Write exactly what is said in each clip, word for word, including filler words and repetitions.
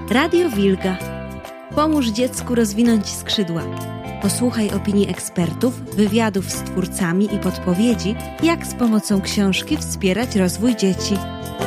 Radio Wilga. Pomóż dziecku rozwinąć skrzydła. Posłuchaj opinii ekspertów, wywiadów z twórcami i podpowiedzi, jak z pomocą książki wspierać rozwój dzieci.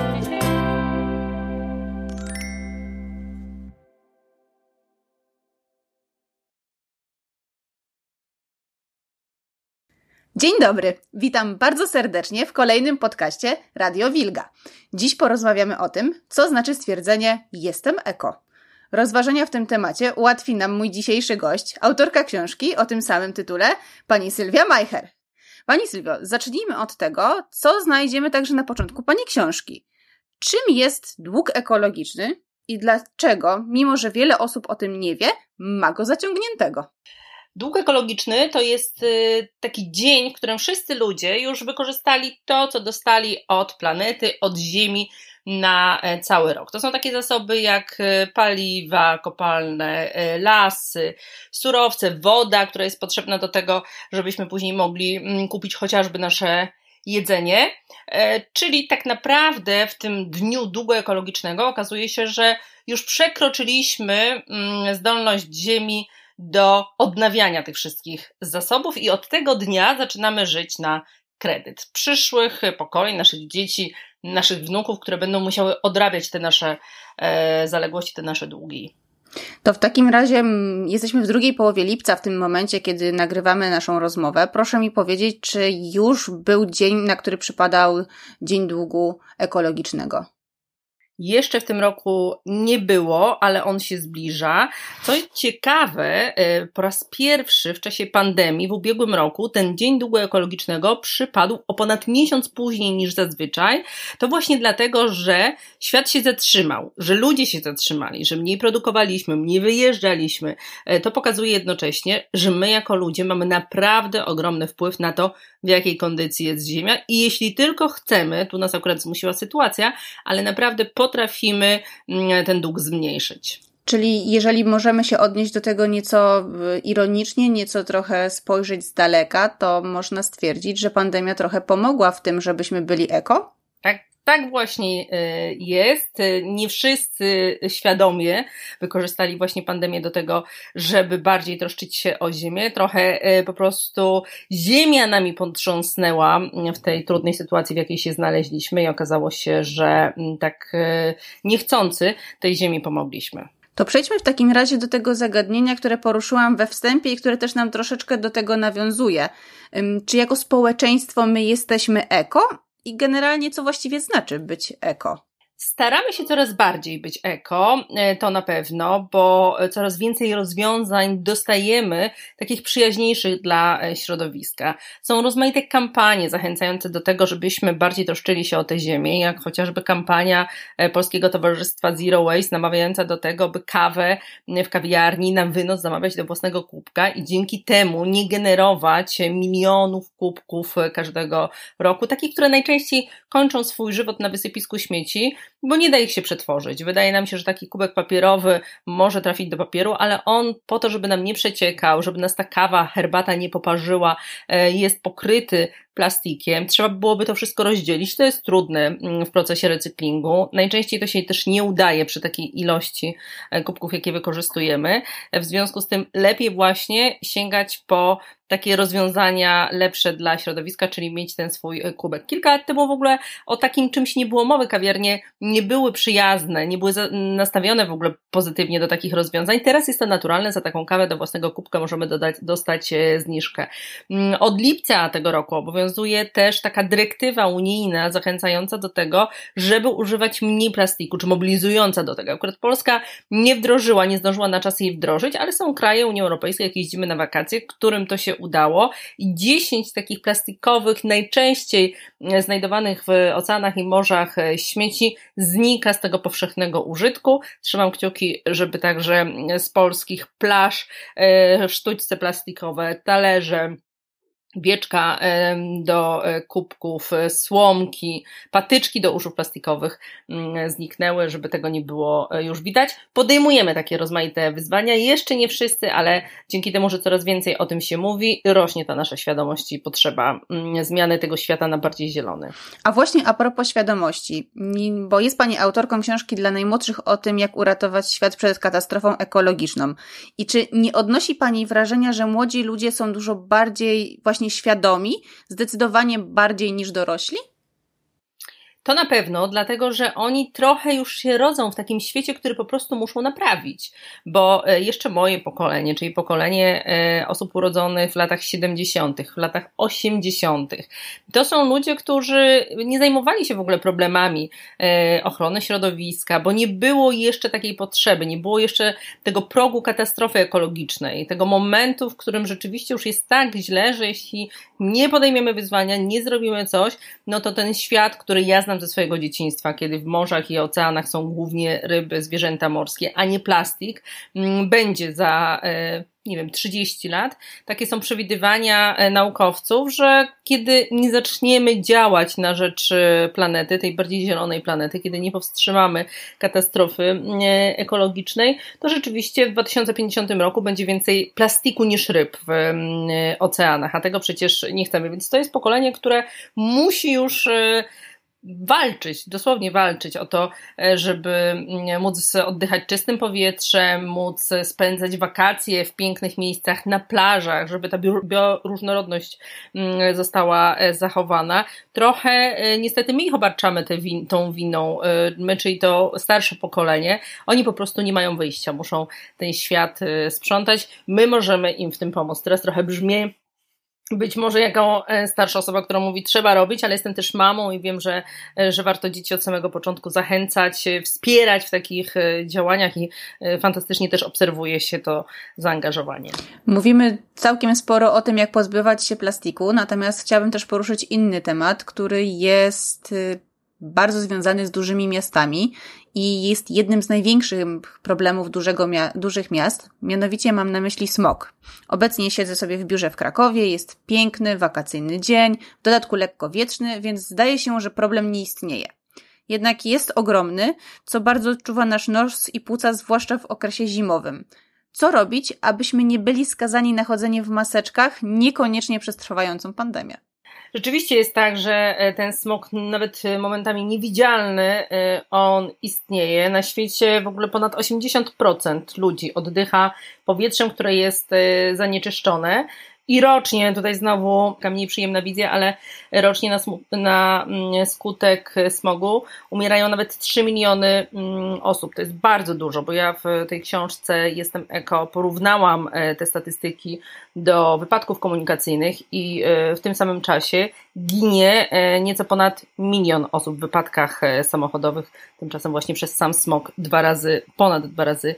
Dzień dobry, witam bardzo serdecznie w kolejnym podcaście Radio Wilga. Dziś porozmawiamy o tym, co znaczy stwierdzenie „jestem eko”. Rozważania w tym temacie ułatwi nam mój dzisiejszy gość, autorka książki o tym samym tytule, pani Sylwia Majcher. Pani Sylwio, zacznijmy od tego, co znajdziemy także na początku pani książki. Czym jest dług ekologiczny i dlaczego, mimo że wiele osób o tym nie wie, ma go zaciągniętego? Dług ekologiczny to jest taki dzień, w którym wszyscy ludzie już wykorzystali to, co dostali od planety, od Ziemi na cały rok. To są takie zasoby jak paliwa kopalne, lasy, surowce, woda, która jest potrzebna do tego, żebyśmy później mogli kupić chociażby nasze jedzenie. Czyli tak naprawdę w tym dniu długu ekologicznego okazuje się, że już przekroczyliśmy zdolność Ziemi do odnawiania tych wszystkich zasobów i od tego dnia zaczynamy żyć na kredyt przyszłych pokoleń, naszych dzieci, naszych wnuków, które będą musiały odrabiać te nasze e, zaległości, te nasze długi. To w takim razie jesteśmy w drugiej połowie lipca, w tym momencie, kiedy nagrywamy naszą rozmowę. Proszę mi powiedzieć, czy już był dzień, na który przypadał Dzień Długu Ekologicznego? Jeszcze w tym roku nie było, ale on się zbliża. Co ciekawe, po raz pierwszy w czasie pandemii w ubiegłym roku ten Dzień Długu Ekologicznego przypadł o ponad miesiąc później niż zazwyczaj. To właśnie dlatego, że świat się zatrzymał, że ludzie się zatrzymali, że mniej produkowaliśmy, mniej wyjeżdżaliśmy. To pokazuje jednocześnie, że my jako ludzie mamy naprawdę ogromny wpływ na to, w jakiej kondycji jest Ziemia i jeśli tylko chcemy, tu nas akurat zmusiła sytuacja, ale naprawdę potrafimy ten dług zmniejszyć. Czyli jeżeli możemy się odnieść do tego nieco ironicznie, nieco trochę spojrzeć z daleka, to można stwierdzić, że pandemia trochę pomogła w tym, żebyśmy byli eko? Tak. Tak właśnie jest. Nie wszyscy świadomie wykorzystali właśnie pandemię do tego, żeby bardziej troszczyć się o Ziemię. Trochę po prostu Ziemia nami potrząsnęła w tej trudnej sytuacji, w jakiej się znaleźliśmy i okazało się, że tak niechcący tej Ziemi pomogliśmy. To przejdźmy w takim razie do tego zagadnienia, które poruszyłam we wstępie i które też nam troszeczkę do tego nawiązuje. Czy jako społeczeństwo my jesteśmy eko? I generalnie co właściwie znaczy być eko? Staramy się coraz bardziej być eko, to na pewno, bo coraz więcej rozwiązań dostajemy, takich przyjaźniejszych dla środowiska. Są rozmaite kampanie zachęcające do tego, żebyśmy bardziej troszczyli się o tę ziemię, jak chociażby kampania Polskiego Towarzystwa Zero Waste, namawiająca do tego, by kawę w kawiarni na wynos zamawiać do własnego kubka i dzięki temu nie generować milionów kubków każdego roku, takich, które najczęściej kończą swój żywot na wysypisku śmieci, bo nie da ich się przetworzyć. Wydaje nam się, że taki kubek papierowy może trafić do papieru, ale on po to, żeby nam nie przeciekał, żeby nas ta kawa, herbata nie poparzyła, jest pokryty plastikiem. Trzeba byłoby to wszystko rozdzielić. To jest trudne w procesie recyklingu. Najczęściej to się też nie udaje przy takiej ilości kubków, jakie wykorzystujemy. W związku z tym lepiej właśnie sięgać po takie rozwiązania lepsze dla środowiska, czyli mieć ten swój kubek. Kilka lat temu w ogóle o takim czymś nie było mowy. Kawiarnie nie były przyjazne, nie były nastawione w ogóle pozytywnie do takich rozwiązań. Teraz jest to naturalne. Za taką kawę do własnego kubka możemy dodać, dostać zniżkę. Od lipca tego roku obowiązuje też taka dyrektywa unijna zachęcająca do tego, żeby używać mniej plastiku, czy mobilizująca do tego. Akurat Polska nie wdrożyła, nie zdążyła na czas jej wdrożyć, ale są kraje Unii Europejskiej, jak jeździmy na wakacje, którym to się udało i dziesięć takich plastikowych, najczęściej znajdowanych w oceanach i morzach śmieci znika z tego powszechnego użytku. Trzymam kciuki, żeby także z polskich plaż sztućce plastikowe, talerze, wieczka do kubków, słomki, patyczki do uszów plastikowych zniknęły, żeby tego nie było już widać. Podejmujemy takie rozmaite wyzwania, jeszcze nie wszyscy, ale dzięki temu, że coraz więcej o tym się mówi, rośnie ta nasza świadomość i potrzeba zmiany tego świata na bardziej zielony. A właśnie a propos świadomości, bo jest Pani autorką książki dla najmłodszych o tym, jak uratować świat przed katastrofą ekologiczną. I czy nie odnosi Pani wrażenia, że młodzi ludzie są dużo bardziej właśnie świadomi, zdecydowanie bardziej niż dorośli? To na pewno, dlatego że oni trochę już się rodzą w takim świecie, który po prostu muszą naprawić, bo jeszcze moje pokolenie, czyli pokolenie osób urodzonych w latach siedemdziesiątych, w latach osiemdziesiątych, to są ludzie, którzy nie zajmowali się w ogóle problemami ochrony środowiska, bo nie było jeszcze takiej potrzeby, nie było jeszcze tego progu katastrofy ekologicznej, tego momentu, w którym rzeczywiście już jest tak źle, że jeśli nie podejmiemy wyzwania, nie zrobimy coś, no to ten świat, który ja znam ze swojego dzieciństwa, kiedy w morzach i oceanach są głównie ryby, zwierzęta morskie, a nie plastik, będzie za, nie wiem, trzydzieści lat. Takie są przewidywania naukowców, że kiedy nie zaczniemy działać na rzecz planety, tej bardziej zielonej planety, kiedy nie powstrzymamy katastrofy ekologicznej, to rzeczywiście w dwa tysiące pięćdziesiątym roku będzie więcej plastiku niż ryb w oceanach, a tego przecież nie chcemy. Więc to jest pokolenie, które musi już walczyć, dosłownie walczyć o to, żeby móc oddychać czystym powietrzem, móc spędzać wakacje w pięknych miejscach na plażach, żeby ta bioróżnorodność została zachowana. Trochę niestety my ich obarczamy tę win- tą winą, my, czyli to starsze pokolenie. Oni po prostu nie mają wyjścia, muszą ten świat sprzątać. My możemy im w tym pomóc. Teraz trochę brzmi być może jako starsza osoba, która mówi trzeba robić, ale jestem też mamą i wiem, że, że warto dzieci od samego początku zachęcać, wspierać w takich działaniach i fantastycznie też obserwuje się to zaangażowanie. Mówimy całkiem sporo o tym, jak pozbywać się plastiku, natomiast chciałabym też poruszyć inny temat, który jest bardzo związany z dużymi miastami i jest jednym z największych problemów dużego mia- dużych miast, mianowicie mam na myśli smog. Obecnie siedzę sobie w biurze w Krakowie, jest piękny, wakacyjny dzień, w dodatku lekko wietrzny, więc zdaje się, że problem nie istnieje. Jednak jest ogromny, co bardzo odczuwa nasz nos i płuca, zwłaszcza w okresie zimowym. Co robić, abyśmy nie byli skazani na chodzenie w maseczkach, niekoniecznie przez trwającą pandemię? Rzeczywiście jest tak, że ten smog nawet momentami niewidzialny, on istnieje. Na świecie w ogóle ponad osiemdziesiąt procent ludzi oddycha powietrzem, które jest zanieczyszczone. I rocznie, tutaj znowu taka mniej przyjemna wizja, ale rocznie na, smu- na skutek smogu umierają nawet trzy miliony osób. To jest bardzo dużo, bo ja w tej książce Jestem Eko porównałam te statystyki do wypadków komunikacyjnych i w tym samym czasie ginie nieco ponad milion osób w wypadkach samochodowych. Tymczasem właśnie przez sam smog dwa razy, ponad dwa razy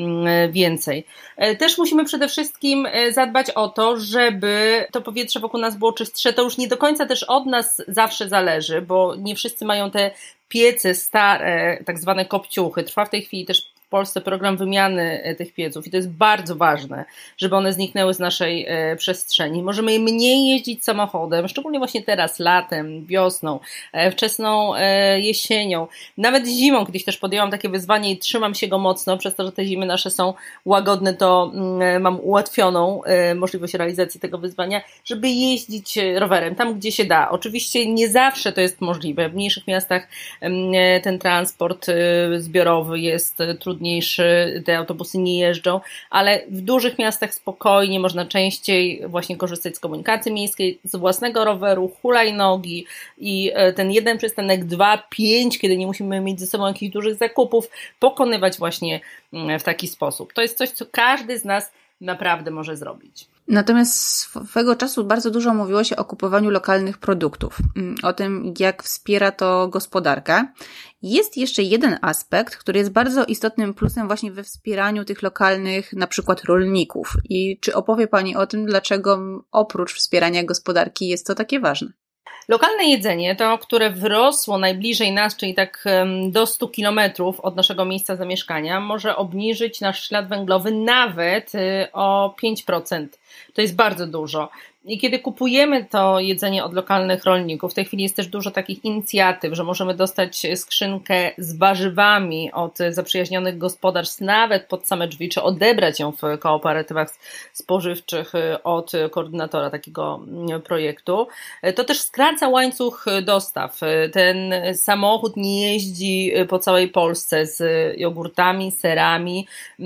więcej. Też musimy przede wszystkim zadbać o to, żeby to powietrze wokół nas było czystsze. To już nie do końca też od nas zawsze zależy, bo nie wszyscy mają te piece stare, tak zwane kopciuchy. Trwa w tej chwili też w Polsce program wymiany tych pieców i to jest bardzo ważne, żeby one zniknęły z naszej e, przestrzeni. Możemy mniej jeździć samochodem, szczególnie właśnie teraz, latem, wiosną, e, wczesną e, jesienią, nawet zimą. Kiedyś też podjęłam takie wyzwanie i trzymam się go mocno, przez to, że te zimy nasze są łagodne, to mm, mam ułatwioną e, możliwość realizacji tego wyzwania, żeby jeździć rowerem tam, gdzie się da. Oczywiście nie zawsze to jest możliwe. W mniejszych miastach e, ten transport e, zbiorowy jest trudny, trudniejszy, te autobusy nie jeżdżą, ale w dużych miastach spokojnie można częściej właśnie korzystać z komunikacji miejskiej, z własnego roweru, hulajnogi i ten jeden przystanek, dwa, pięć, kiedy nie musimy mieć ze sobą jakichś dużych zakupów, pokonywać właśnie w taki sposób. To jest coś, co każdy z nas naprawdę może zrobić. Natomiast swego czasu bardzo dużo mówiło się o kupowaniu lokalnych produktów, o tym, jak wspiera to gospodarkę. Jest jeszcze jeden aspekt, który jest bardzo istotnym plusem właśnie we wspieraniu tych lokalnych, na przykład rolników. I czy opowie Pani o tym, dlaczego oprócz wspierania gospodarki jest to takie ważne? Lokalne jedzenie, to które wyrosło najbliżej nas, czyli tak do stu kilometrów od naszego miejsca zamieszkania, może obniżyć nasz ślad węglowy nawet o pięć procent. To jest bardzo dużo. I kiedy kupujemy to jedzenie od lokalnych rolników, w tej chwili jest też dużo takich inicjatyw, że możemy dostać skrzynkę z warzywami od zaprzyjaźnionych gospodarstw nawet pod same drzwi, czy odebrać ją w kooperatywach spożywczych od koordynatora takiego projektu. To też skraca łańcuch dostaw. Ten samochód nie jeździ po całej Polsce z jogurtami, serami,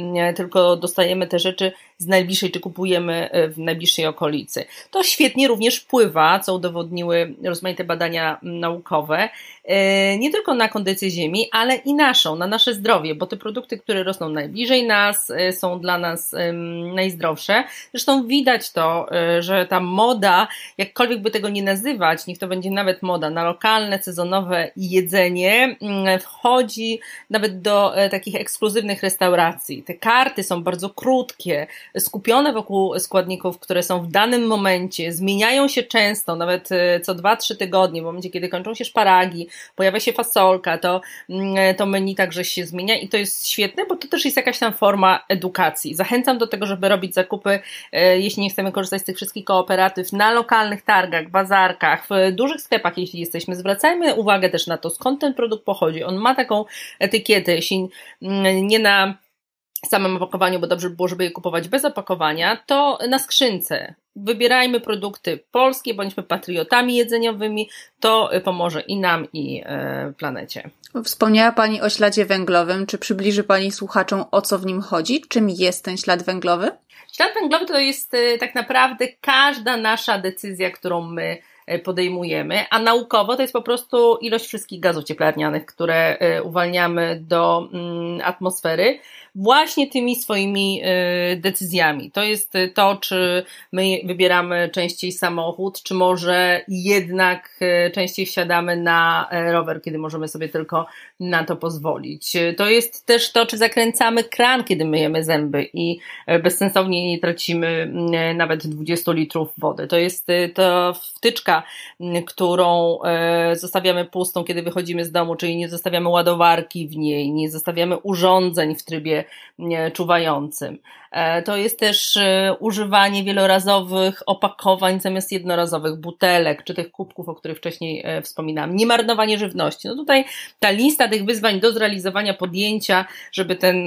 tylko dostajemy te rzeczy z najbliższej, czy kupujemy w najbliższej okolicy. To świetnie również wpływa, co udowodniły rozmaite badania naukowe, nie tylko na kondycję ziemi, ale i naszą, na nasze zdrowie, bo te produkty, które rosną najbliżej nas, są dla nas najzdrowsze. Zresztą widać to, że ta moda, jakkolwiek by tego nie nazywać, niech to będzie nawet moda na lokalne, sezonowe jedzenie, wchodzi nawet do takich ekskluzywnych restauracji. Te karty są bardzo krótkie, skupione wokół składników, które są w danym momencie, zmieniają się często, nawet co dwa trzy tygodnie, w momencie, kiedy kończą się szparagi, pojawia się fasolka, to, to menu także się zmienia i to jest świetne, bo to też jest jakaś tam forma edukacji. Zachęcam do tego, żeby robić zakupy, jeśli nie chcemy korzystać z tych wszystkich kooperatyw, na lokalnych targach, bazarkach, w dużych sklepach, jeśli jesteśmy. Zwracajmy uwagę też na to, skąd ten produkt pochodzi. On ma taką etykietę, jeśli nie na samym opakowaniu, bo dobrze by było, żeby je kupować bez opakowania, to na skrzynce. Wybierajmy produkty polskie, bądźmy patriotami jedzeniowymi, to pomoże i nam, i e, planecie. Wspomniała Pani o śladzie węglowym. Czy przybliży Pani słuchaczom, o co w nim chodzi? Czym jest ten ślad węglowy? Ślad węglowy to jest e, tak naprawdę każda nasza decyzja, którą my podejmujemy, a naukowo to jest po prostu ilość wszystkich gazów cieplarnianych, które uwalniamy do atmosfery właśnie tymi swoimi decyzjami. To jest to, czy my wybieramy częściej samochód, czy może jednak częściej wsiadamy na rower, kiedy możemy sobie tylko na to pozwolić. To jest też to, czy zakręcamy kran, kiedy myjemy zęby i bezsensownie nie tracimy nawet dwadzieścia litrów wody. To jest to wtyczka, którą zostawiamy pustą, kiedy wychodzimy z domu, czyli nie zostawiamy ładowarki w niej, nie zostawiamy urządzeń w trybie czuwającym. To jest też używanie wielorazowych opakowań zamiast jednorazowych butelek, czy tych kubków, o których wcześniej wspominałam. Nie marnowanie żywności. No tutaj ta lista tych wyzwań do zrealizowania, podjęcia, żeby ten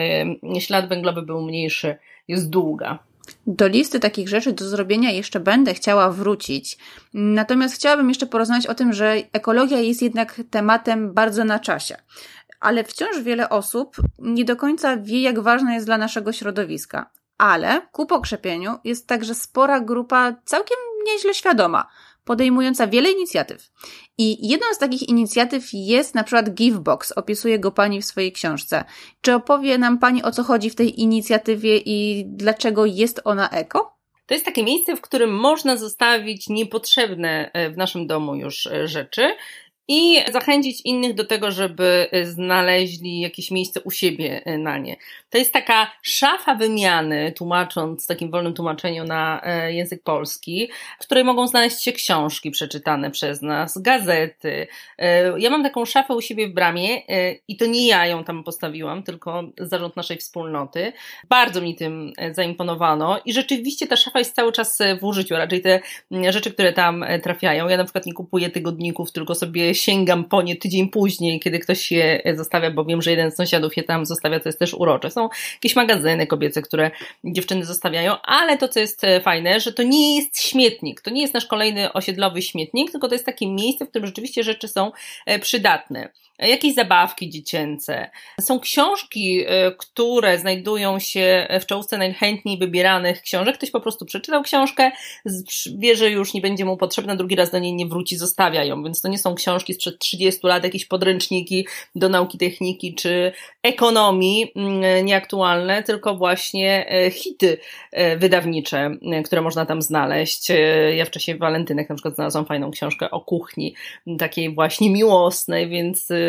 ślad węglowy był mniejszy, jest długa. Do listy takich rzeczy do zrobienia jeszcze będę chciała wrócić. Natomiast chciałabym jeszcze porozmawiać o tym, że ekologia jest jednak tematem bardzo na czasie. Ale wciąż wiele osób nie do końca wie, jak ważna jest dla naszego środowiska. Ale ku pokrzepieniu jest także spora grupa całkiem nieźle świadoma, podejmująca wiele inicjatyw. I jedną z takich inicjatyw jest na przykład Givebox, opisuje go Pani w swojej książce. Czy opowie nam Pani, o co chodzi w tej inicjatywie i dlaczego jest ona eko? To jest takie miejsce, w którym można zostawić niepotrzebne w naszym domu już rzeczy i zachęcić innych do tego, żeby znaleźli jakieś miejsce u siebie na nie. To jest taka szafa wymiany, tłumacząc w takim wolnym tłumaczeniu na język polski, w której mogą znaleźć się książki przeczytane przez nas, gazety. Ja mam taką szafę u siebie w bramie i to nie ja ją tam postawiłam, tylko zarząd naszej wspólnoty. Bardzo mi tym zaimponowano i rzeczywiście ta szafa jest cały czas w użyciu, raczej te rzeczy, które tam trafiają. Ja na przykład nie kupuję tygodników, tylko sobie sięgam po nie tydzień później, kiedy ktoś je zostawia, bo wiem, że jeden z sąsiadów je tam zostawia, to jest też urocze. Są jakieś magazyny kobiece, które dziewczyny zostawiają, ale to, co jest fajne, że to nie jest śmietnik, to nie jest nasz kolejny osiedlowy śmietnik, tylko to jest takie miejsce, w którym rzeczywiście rzeczy są przydatne. Jakieś zabawki dziecięce. Są książki, które znajdują się w czołówce najchętniej wybieranych książek. Ktoś po prostu przeczytał książkę, wie, że już nie będzie mu potrzebna, drugi raz do niej nie wróci, zostawia ją. Więc to nie są książki sprzed trzydziestu lat, jakieś podręczniki do nauki techniki czy ekonomii nieaktualne, tylko właśnie hity wydawnicze, które można tam znaleźć. Ja w czasie walentynek na przykład znalazłam fajną książkę o kuchni, takiej właśnie miłosnej, więc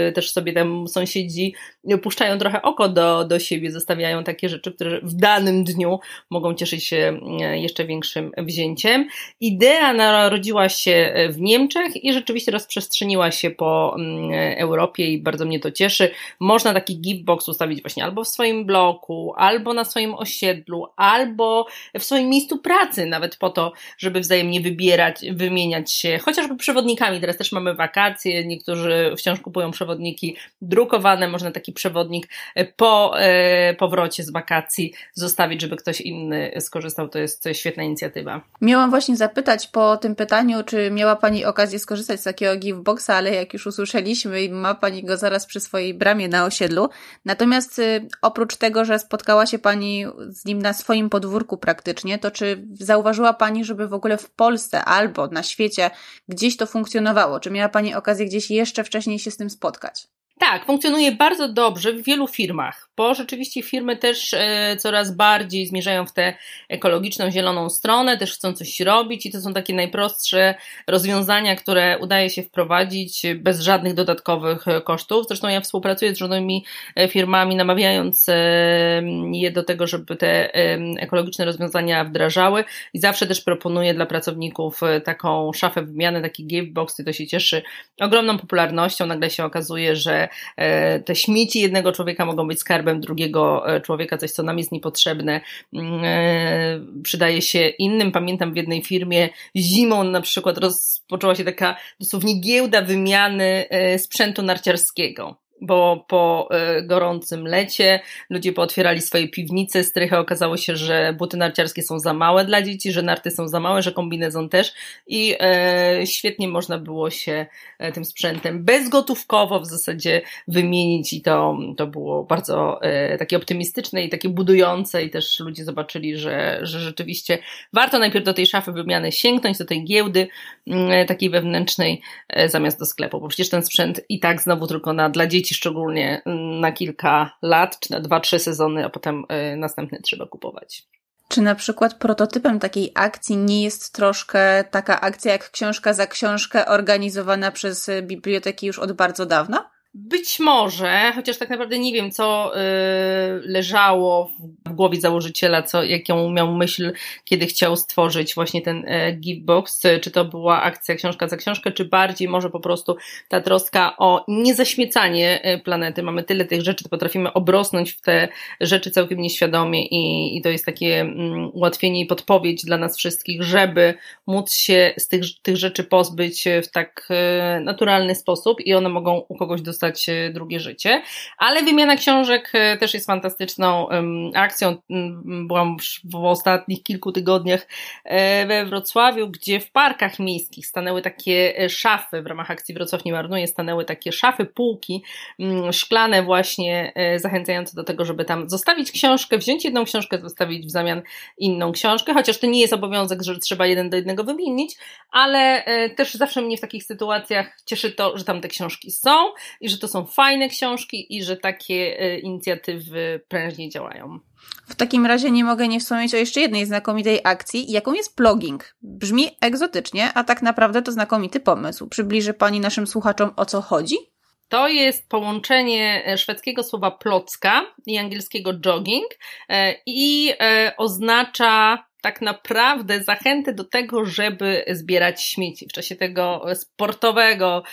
też sobie tam sąsiedzi puszczają trochę oko do, do siebie, zostawiają takie rzeczy, które w danym dniu mogą cieszyć się jeszcze większym wzięciem. Idea narodziła się w Niemczech i rzeczywiście rozprzestrzeniła się po Europie i bardzo mnie to cieszy. Można taki giftbox ustawić właśnie albo w swoim bloku, albo na swoim osiedlu, albo w swoim miejscu pracy, nawet po to, żeby wzajemnie wybierać, wymieniać się, chociażby przewodnikami. Teraz też mamy wakacje, niektórzy wciąż kupują przewodniki drukowane, można taki przewodnik po e, powrocie z wakacji zostawić, żeby ktoś inny skorzystał. To jest świetna inicjatywa. Miałam właśnie zapytać po tym pytaniu, czy miała Pani okazję skorzystać z takiego giftboxa, ale jak już usłyszeliśmy, ma Pani go zaraz przy swojej bramie na osiedlu. Natomiast y, oprócz tego, że spotkała się Pani z nim na swoim podwórku praktycznie, to czy zauważyła Pani, żeby w ogóle w Polsce albo na świecie gdzieś to funkcjonowało? Czy miała Pani okazję gdzieś jeszcze wcześniej się z tym spotkać? Tak, funkcjonuje bardzo dobrze w wielu firmach, bo rzeczywiście firmy też e, coraz bardziej zmierzają w tę ekologiczną, zieloną stronę, też chcą coś robić i to są takie najprostsze rozwiązania, które udaje się wprowadzić bez żadnych dodatkowych kosztów. Zresztą ja współpracuję z różnymi firmami, namawiając e, je do tego, żeby te e, ekologiczne rozwiązania wdrażały i zawsze też proponuję dla pracowników taką szafę wymiany, taki giftbox i to się cieszy ogromną popularnością. Nagle się okazuje, że te śmieci jednego człowieka mogą być skarbem drugiego człowieka, coś co nam jest niepotrzebne, przydaje się innym. Pamiętam w jednej firmie zimą na przykład rozpoczęła się taka dosłownie giełda wymiany sprzętu narciarskiego. Bo po y, gorącym lecie ludzie pootwierali swoje piwnice, strychy, okazało się, że buty narciarskie są za małe dla dzieci, że narty są za małe, że kombinezon też i y, świetnie można było się y, tym sprzętem bezgotówkowo w zasadzie wymienić i to, to było bardzo y, takie optymistyczne i takie budujące i też ludzie zobaczyli, że, że rzeczywiście warto najpierw do tej szafy wymiany sięgnąć, do tej giełdy y, takiej wewnętrznej y, zamiast do sklepu, bo przecież ten sprzęt i tak znowu tylko na, dla dzieci szczególnie na kilka lat, czy na dwa, trzy sezony, a potem y, następny trzeba kupować. Czy na przykład prototypem takiej akcji nie jest troszkę taka akcja jak książka za książkę organizowana przez biblioteki już od bardzo dawna? Być może, chociaż tak naprawdę nie wiem, co y, leżało w głowie założyciela, co, jaką miał myśl, kiedy chciał stworzyć właśnie ten y, giftbox, czy to była akcja książka za książkę, czy bardziej może po prostu ta troska o niezaśmiecanie planety. Mamy tyle tych rzeczy, to potrafimy obrosnąć w te rzeczy całkiem nieświadomie i, i to jest takie mm, ułatwienie i podpowiedź dla nas wszystkich, żeby móc się z tych, tych rzeczy pozbyć w tak y, naturalny sposób i one mogą u kogoś dostać drugie życie, ale wymiana książek też jest fantastyczną akcją. Byłam w ostatnich kilku tygodniach we Wrocławiu, gdzie w parkach miejskich stanęły takie szafy, w ramach akcji Wrocław nie marnuje, stanęły takie szafy, półki szklane właśnie, zachęcające do tego, żeby tam zostawić książkę, wziąć jedną książkę, zostawić w zamian inną książkę, chociaż to nie jest obowiązek, że trzeba jeden do jednego wymienić, ale też zawsze mnie w takich sytuacjach cieszy to, że tam te książki są i że to są fajne książki i że takie inicjatywy prężnie działają. W takim razie nie mogę nie wspomnieć o jeszcze jednej znakomitej akcji, jaką jest blogging. Brzmi egzotycznie, a tak naprawdę to znakomity pomysł. Przybliży Pani naszym słuchaczom, o co chodzi? To jest połączenie szwedzkiego słowa plocka i angielskiego jogging i oznacza tak naprawdę zachętę do tego, żeby zbierać śmieci. W czasie tego sportowego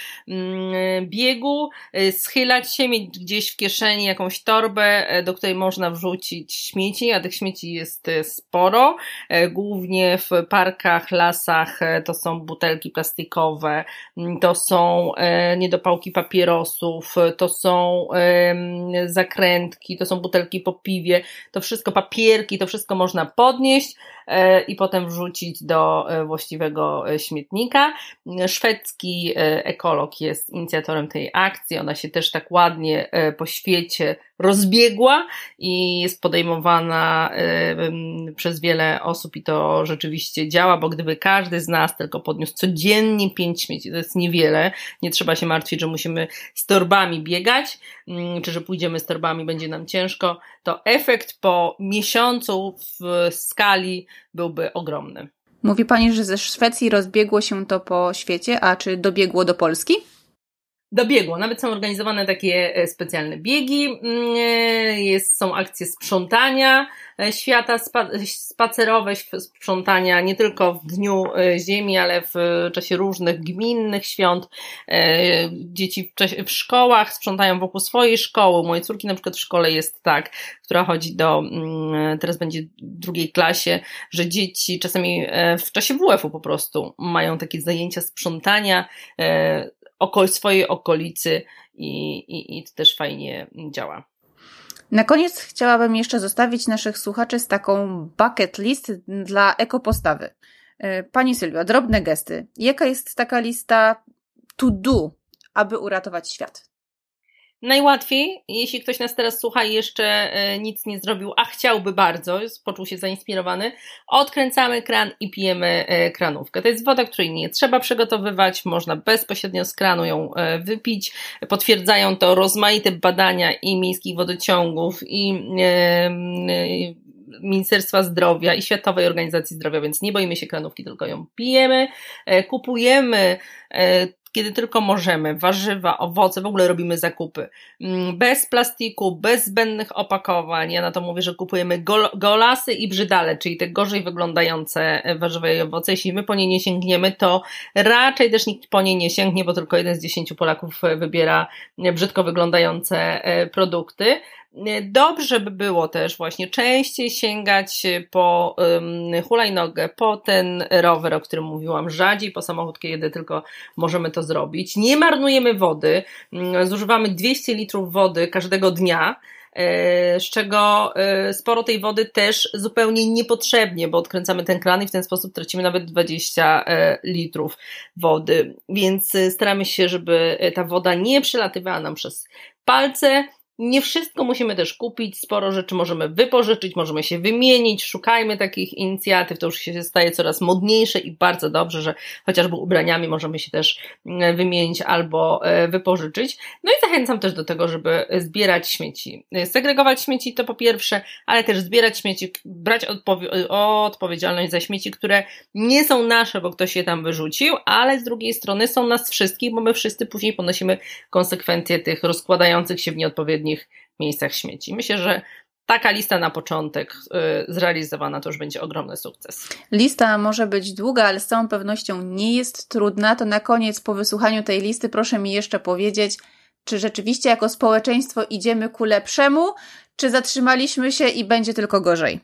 biegu schylać się, mieć gdzieś w kieszeni jakąś torbę, do której można wrzucić śmieci, a tych śmieci jest sporo. Głównie w parkach, lasach to są butelki plastikowe, to są niedopałki papierosów, to są zakrętki, to są butelki po piwie, to wszystko papierki, to wszystko można podnieść i potem wrzucić do właściwego śmietnika. Szwedzki ekolog jest inicjatorem tej akcji, ona się też tak ładnie po świecie rozbiegła i jest podejmowana przez wiele osób i to rzeczywiście działa, bo gdyby każdy z nas tylko podniósł codziennie pięć śmieci, to jest niewiele, nie trzeba się martwić, że musimy z torbami biegać, czy że pójdziemy z torbami, będzie nam ciężko, to efekt po miesiącu w skali byłby ogromny. Mówi Pani, że ze Szwecji rozbiegło się to po świecie, a czy dobiegło do Polski? do biegu. Nawet są organizowane takie specjalne biegi, jest, są akcje sprzątania świata, spacerowe sprzątania nie tylko w Dniu Ziemi, ale w czasie różnych gminnych świąt. Dzieci w, czasie, w szkołach sprzątają wokół swojej szkoły. Mojej córki na przykład w szkole jest tak, która chodzi do, teraz będzie w drugiej klasie, że dzieci czasami w czasie W F u po prostu mają takie zajęcia sprzątania oko, swojej okolicy i, i, i to też fajnie działa. Na koniec chciałabym jeszcze zostawić naszych słuchaczy z taką bucket list dla ekopostawy. Pani Sylwio, drobne gesty. Jaka jest taka lista to do, aby uratować świat? Najłatwiej, jeśli ktoś nas teraz słucha i jeszcze nic nie zrobił, a chciałby bardzo, poczuł się zainspirowany, odkręcamy kran i pijemy kranówkę. To jest woda, której nie trzeba przygotowywać, można bezpośrednio z kranu ją wypić. Potwierdzają to rozmaite badania i miejskich wodociągów, i Ministerstwa Zdrowia i Światowej Organizacji Zdrowia, więc nie boimy się kranówki, tylko ją pijemy. Kupujemy kiedy tylko możemy, warzywa, owoce, w ogóle robimy zakupy bez plastiku, bez zbędnych opakowań. Ja na to mówię, że kupujemy gol- golasy i brzydale, czyli te gorzej wyglądające warzywa i owoce. Jeśli my po nie nie sięgniemy, to raczej też nikt po nie nie sięgnie, bo tylko jeden z dziesięciu Polaków wybiera brzydko wyglądające produkty. Dobrze by było też właśnie częściej sięgać po um, hulajnogę, po ten rower, o którym mówiłam, rzadziej po samochód, kiedy tylko możemy to zrobić. Nie marnujemy wody, zużywamy dwieście litrów wody każdego dnia, z czego sporo tej wody też zupełnie niepotrzebnie, bo odkręcamy ten kran i w ten sposób tracimy nawet dwadzieścia litrów wody, więc staramy się, żeby ta woda nie przelatywała nam przez palce. Nie wszystko musimy też kupić, sporo rzeczy możemy wypożyczyć, możemy się wymienić, szukajmy takich inicjatyw, to już się staje coraz modniejsze i bardzo dobrze, że chociażby ubraniami możemy się też wymienić albo wypożyczyć. No i zachęcam też do tego, żeby zbierać śmieci. Segregować śmieci to po pierwsze, ale też zbierać śmieci, brać odpowie- odpowiedzialność za śmieci, które nie są nasze, bo ktoś je tam wyrzucił, ale z drugiej strony są nas wszystkich, bo my wszyscy później ponosimy konsekwencje tych rozkładających się w nieodpowiednich miejscach śmieci. Myślę, że taka lista na początek yy, zrealizowana to już będzie ogromny sukces. Lista może być długa, ale z całą pewnością nie jest trudna. To na koniec, po wysłuchaniu tej listy, proszę mi jeszcze powiedzieć, czy rzeczywiście jako społeczeństwo idziemy ku lepszemu, czy zatrzymaliśmy się i będzie tylko gorzej?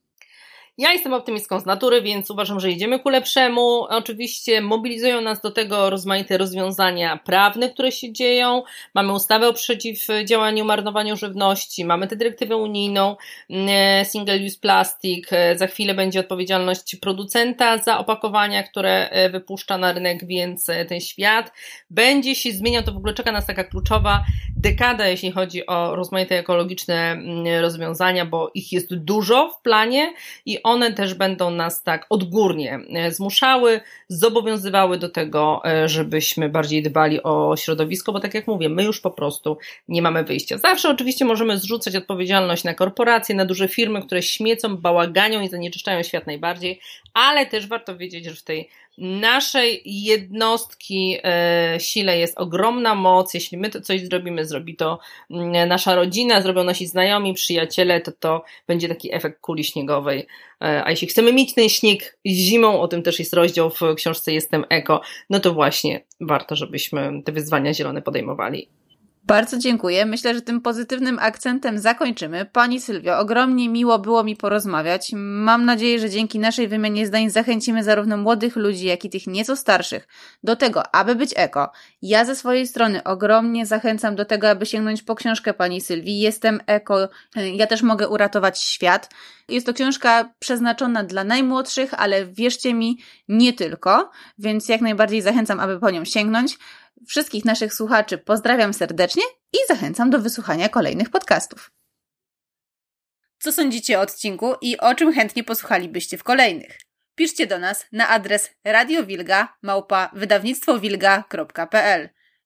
Ja jestem optymistką z natury, więc uważam, że idziemy ku lepszemu. Oczywiście mobilizują nas do tego rozmaite rozwiązania prawne, które się dzieją. Mamy ustawę o przeciwdziałaniu marnowaniu żywności, mamy tę dyrektywę unijną Single Use Plastic. Za chwilę będzie odpowiedzialność producenta za opakowania, które wypuszcza na rynek, więc ten świat będzie się zmieniał. To w ogóle czeka nas taka kluczowa dekada, jeśli chodzi o rozmaite ekologiczne rozwiązania, bo ich jest dużo w planie i one też będą nas tak odgórnie zmuszały, zobowiązywały do tego, żebyśmy bardziej dbali o środowisko, bo tak jak mówię, my już po prostu nie mamy wyjścia. Zawsze oczywiście możemy zrzucać odpowiedzialność na korporacje, na duże firmy, które śmiecą, bałaganią i zanieczyszczają świat najbardziej, ale też warto wiedzieć, że w tej naszej jednostki e, sile jest ogromna moc. Jeśli my to coś zrobimy, zrobi to nasza rodzina, zrobią nasi znajomi, przyjaciele, to to będzie taki efekt kuli śniegowej. E, a jeśli chcemy mieć ten śnieg zimą, o tym też jest rozdział w książce Jestem Eko, no to właśnie warto, żebyśmy te wyzwania zielone podejmowali. Bardzo dziękuję. Myślę, że tym pozytywnym akcentem zakończymy. Pani Sylwio, ogromnie miło było mi porozmawiać. Mam nadzieję, że dzięki naszej wymianie zdań zachęcimy zarówno młodych ludzi, jak i tych nieco starszych do tego, aby być eko. Ja ze swojej strony ogromnie zachęcam do tego, aby sięgnąć po książkę pani Sylwii. Jestem eko. Ja też mogę uratować świat. Jest to książka przeznaczona dla najmłodszych, ale wierzcie mi, nie tylko, więc jak najbardziej zachęcam, aby po nią sięgnąć. Wszystkich naszych słuchaczy pozdrawiam serdecznie i zachęcam do wysłuchania kolejnych podcastów. Co sądzicie o odcinku i o czym chętnie posłuchalibyście w kolejnych? Piszcie do nas na adres radiowilga małpa wydawnictwo wilga kropka p l.